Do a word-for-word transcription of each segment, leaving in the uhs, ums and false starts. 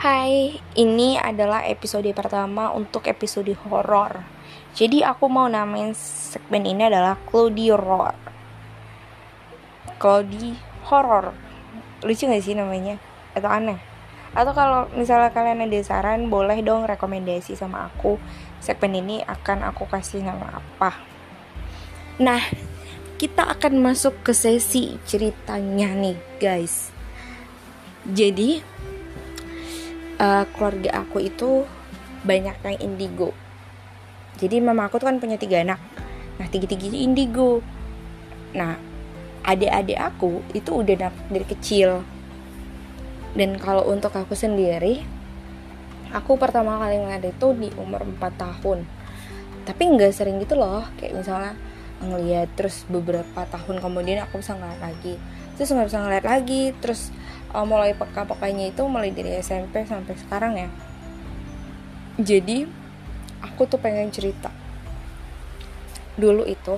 Hai, ini adalah episode pertama untuk episode horor. Jadi aku mau namain segmen ini adalah Cloudy Horror. Cloudy Horror. Lucu gak sih namanya? Atau aneh? Atau kalau misalnya kalian ada saran, boleh dong rekomendasi sama aku. Segmen ini akan aku kasih nama apa. Nah, kita akan masuk ke sesi ceritanya nih guys. Jadi Uh, keluarga aku itu banyak yang indigo. Jadi mama aku tuh kan punya tiga anak. Nah tiga-tiganya indigo. Nah adik-adik aku itu udah dari kecil. Dan kalau untuk aku sendiri, aku pertama kali ngeliat itu di umur empat tahun. Tapi gak sering gitu loh. Kayak misalnya ngeliat terus beberapa tahun kemudian aku bisa ngeliat lagi. Terus gak bisa ngeliat lagi. Terus Uh, mulai peka-pekanya itu mulai dari S M P sampai sekarang ya. Jadi aku tuh pengen cerita. Dulu itu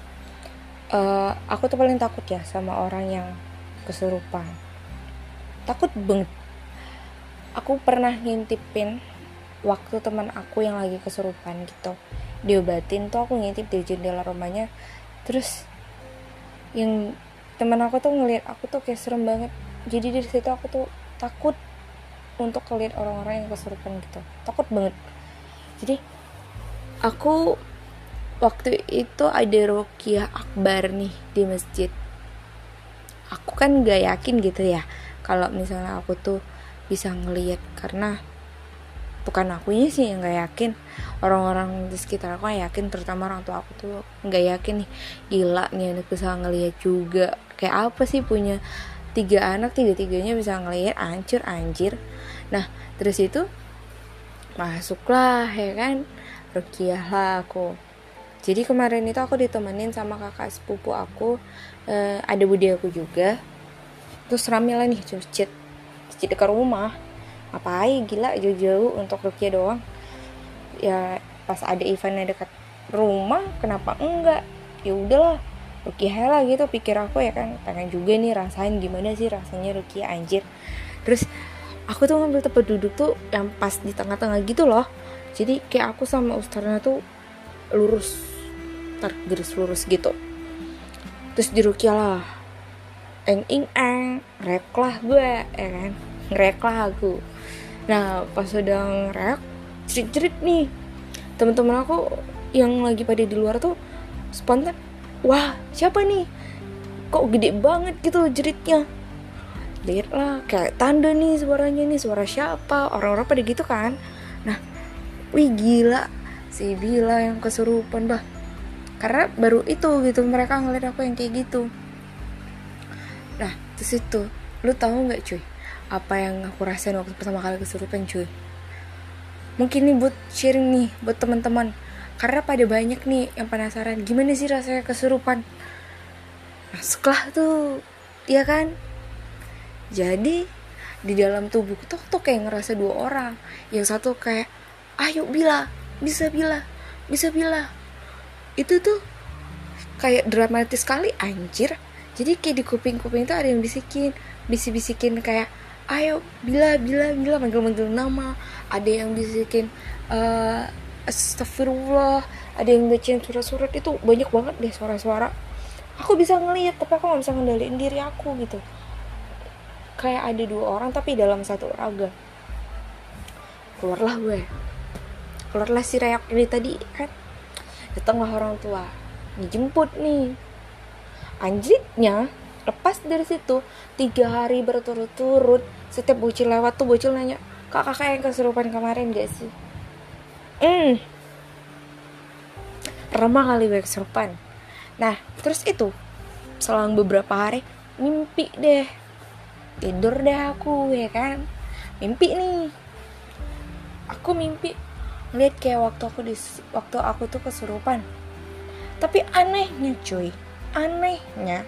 uh, aku tuh paling takut ya sama orang yang kesurupan. Takut banget. Aku pernah ngintipin waktu teman aku yang lagi kesurupan gitu, diobatin tuh aku ngintip di jendela rumahnya. Terus yang teman aku tuh ngeliat aku tuh kayak serem banget. Jadi dari situ aku tuh takut untuk ngeliat orang-orang yang kesurupan gitu. Takut banget. Jadi aku waktu itu ada ruqyah akbar nih di masjid. Aku kan gak yakin gitu ya kalau misalnya aku tuh bisa ngeliat, karena bukan akunya sih yang gak yakin, orang-orang di sekitar aku gak yakin, terutama orang tua aku tuh gak yakin nih. Gila nih anak bisa ngeliat juga. Kayak apa sih punya tiga anak, tiga-tiganya bisa ngelihat, ancur anjir. Nah terus itu masuklah ya kan, ruqyah lah aku. Jadi kemarin itu aku ditemenin sama kakak sepupu aku, e, ada bude aku juga. Terus rame lah nih masjid masjid dekat rumah. Ngapain gila jauh-jauh untuk ruqyah doang. Ya pas ada eventnya dekat rumah, kenapa enggak? Ya udahlah ruqyah lah gitu, pikir aku ya kan, pengen juga nih rasain gimana sih rasanya ruqyah anjir. Terus aku tuh ngambil tempat duduk tuh yang pas di tengah-tengah gitu loh. Jadi kayak aku sama ustaznya tuh lurus, tar garis lurus gitu. Terus di ruqyah lah, eng ing eng, rek lah gue ya kan, ngerek lah aku. Nah pas udah ngerek, cerit-cerit nih teman-teman aku yang lagi pada di luar tuh spontan, wah siapa nih, kok gede banget gitu jeritnya. Lihat lah kayak tanda nih suaranya, nih suara siapa, orang-orang pada gitu kan. Nah wih gila, si Bila yang kesurupan bah. Karena baru itu gitu mereka ngeliat aku yang kayak gitu. Nah terus itu, lu tahu gak cuy apa yang aku rasain waktu pertama kali kesurupan cuy? Mungkin nih buat sharing nih buat teman-teman, karena pada banyak nih yang penasaran gimana sih rasanya kesurupan. Nah setelah tuh, ya kan, jadi di dalam tubuhku tuh, tuh kayak ngerasa dua orang. Yang satu kayak, ayo Bila, bisa Bila, bisa Bila. Itu tuh kayak dramatis sekali anjir. Jadi kayak di kuping-kuping tuh ada yang bisikin, bisik-bisikin kayak, ayo Bila, Bila, Bila, manggil-manggil nama. Ada yang bisikin, uh, astagfirullah, ada yang bacain surat-surat. Itu banyak banget deh suara-suara. Aku bisa ngeliat tapi aku gak bisa ngendaliin diri aku gitu. Kayak ada dua orang tapi dalam satu raga. Keluarlah gue, keluarlah si reak ini tadi kan. Datanglah orang tua dijemput nih. Anjritnya lepas dari situ, tiga hari berturut-turut setiap bocil lewat tuh bocil nanya, kak kakak yang kesurupan kemarin gak sih? Hmm Remah kali gue kesurupan. Nah terus itu selang beberapa hari mimpi deh, tidur deh aku ya kan, mimpi nih. Aku mimpi ngeliat kayak waktu aku di waktu aku tuh kesurupan. Tapi anehnya cuy, anehnya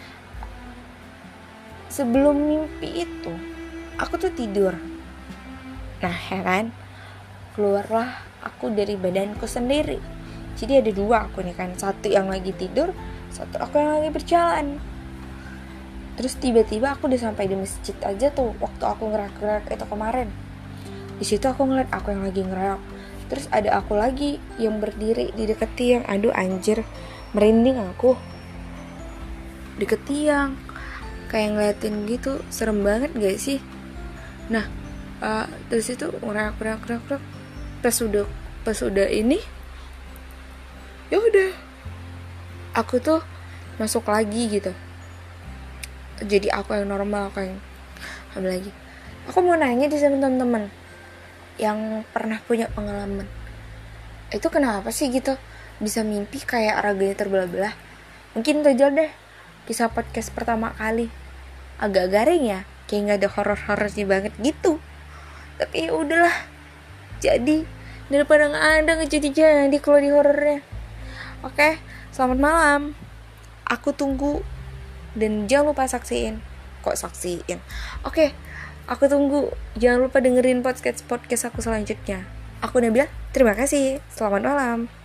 sebelum mimpi itu aku tuh tidur. Nah ya kan, keluarlah aku dari badanku sendiri. Jadi ada dua aku nih kan, satu yang lagi tidur, satu aku yang lagi berjalan. Terus tiba-tiba aku udah sampai di masjid aja tuh waktu aku ngerak-ngerak itu kemarin. Di situ aku ngeliat aku yang lagi ngereok. Terus ada aku lagi yang berdiri di deket tiang. Aduh anjir, merinding aku. Deket tiang, kayak ngeliatin gitu, serem banget gak sih? Nah, uh, terus itu ngereok ngereok ngereok. Pas udah pas udah ini, ya udah, aku tuh masuk lagi gitu. Jadi aku yang normal, aku yang hamil lagi. Aku mau nanya di sana teman-teman yang pernah punya pengalaman, itu kenapa sih gitu bisa mimpi kayak raganya terbelah-belah? Mungkin itu aja deh kisah podcast pertama kali. Agak garing ya, kayak nggak ada horor-horornya banget gitu. Tapi ya udahlah, jadi daripada nggak ada nggak jadi-jadi kalau di horornya. Oke, selamat malam. Aku tunggu dan jangan lupa saksiin. Kok saksiin? Oke, aku tunggu. Jangan lupa dengerin podcast podcast aku selanjutnya. Aku Nabila, terima kasih. Selamat malam.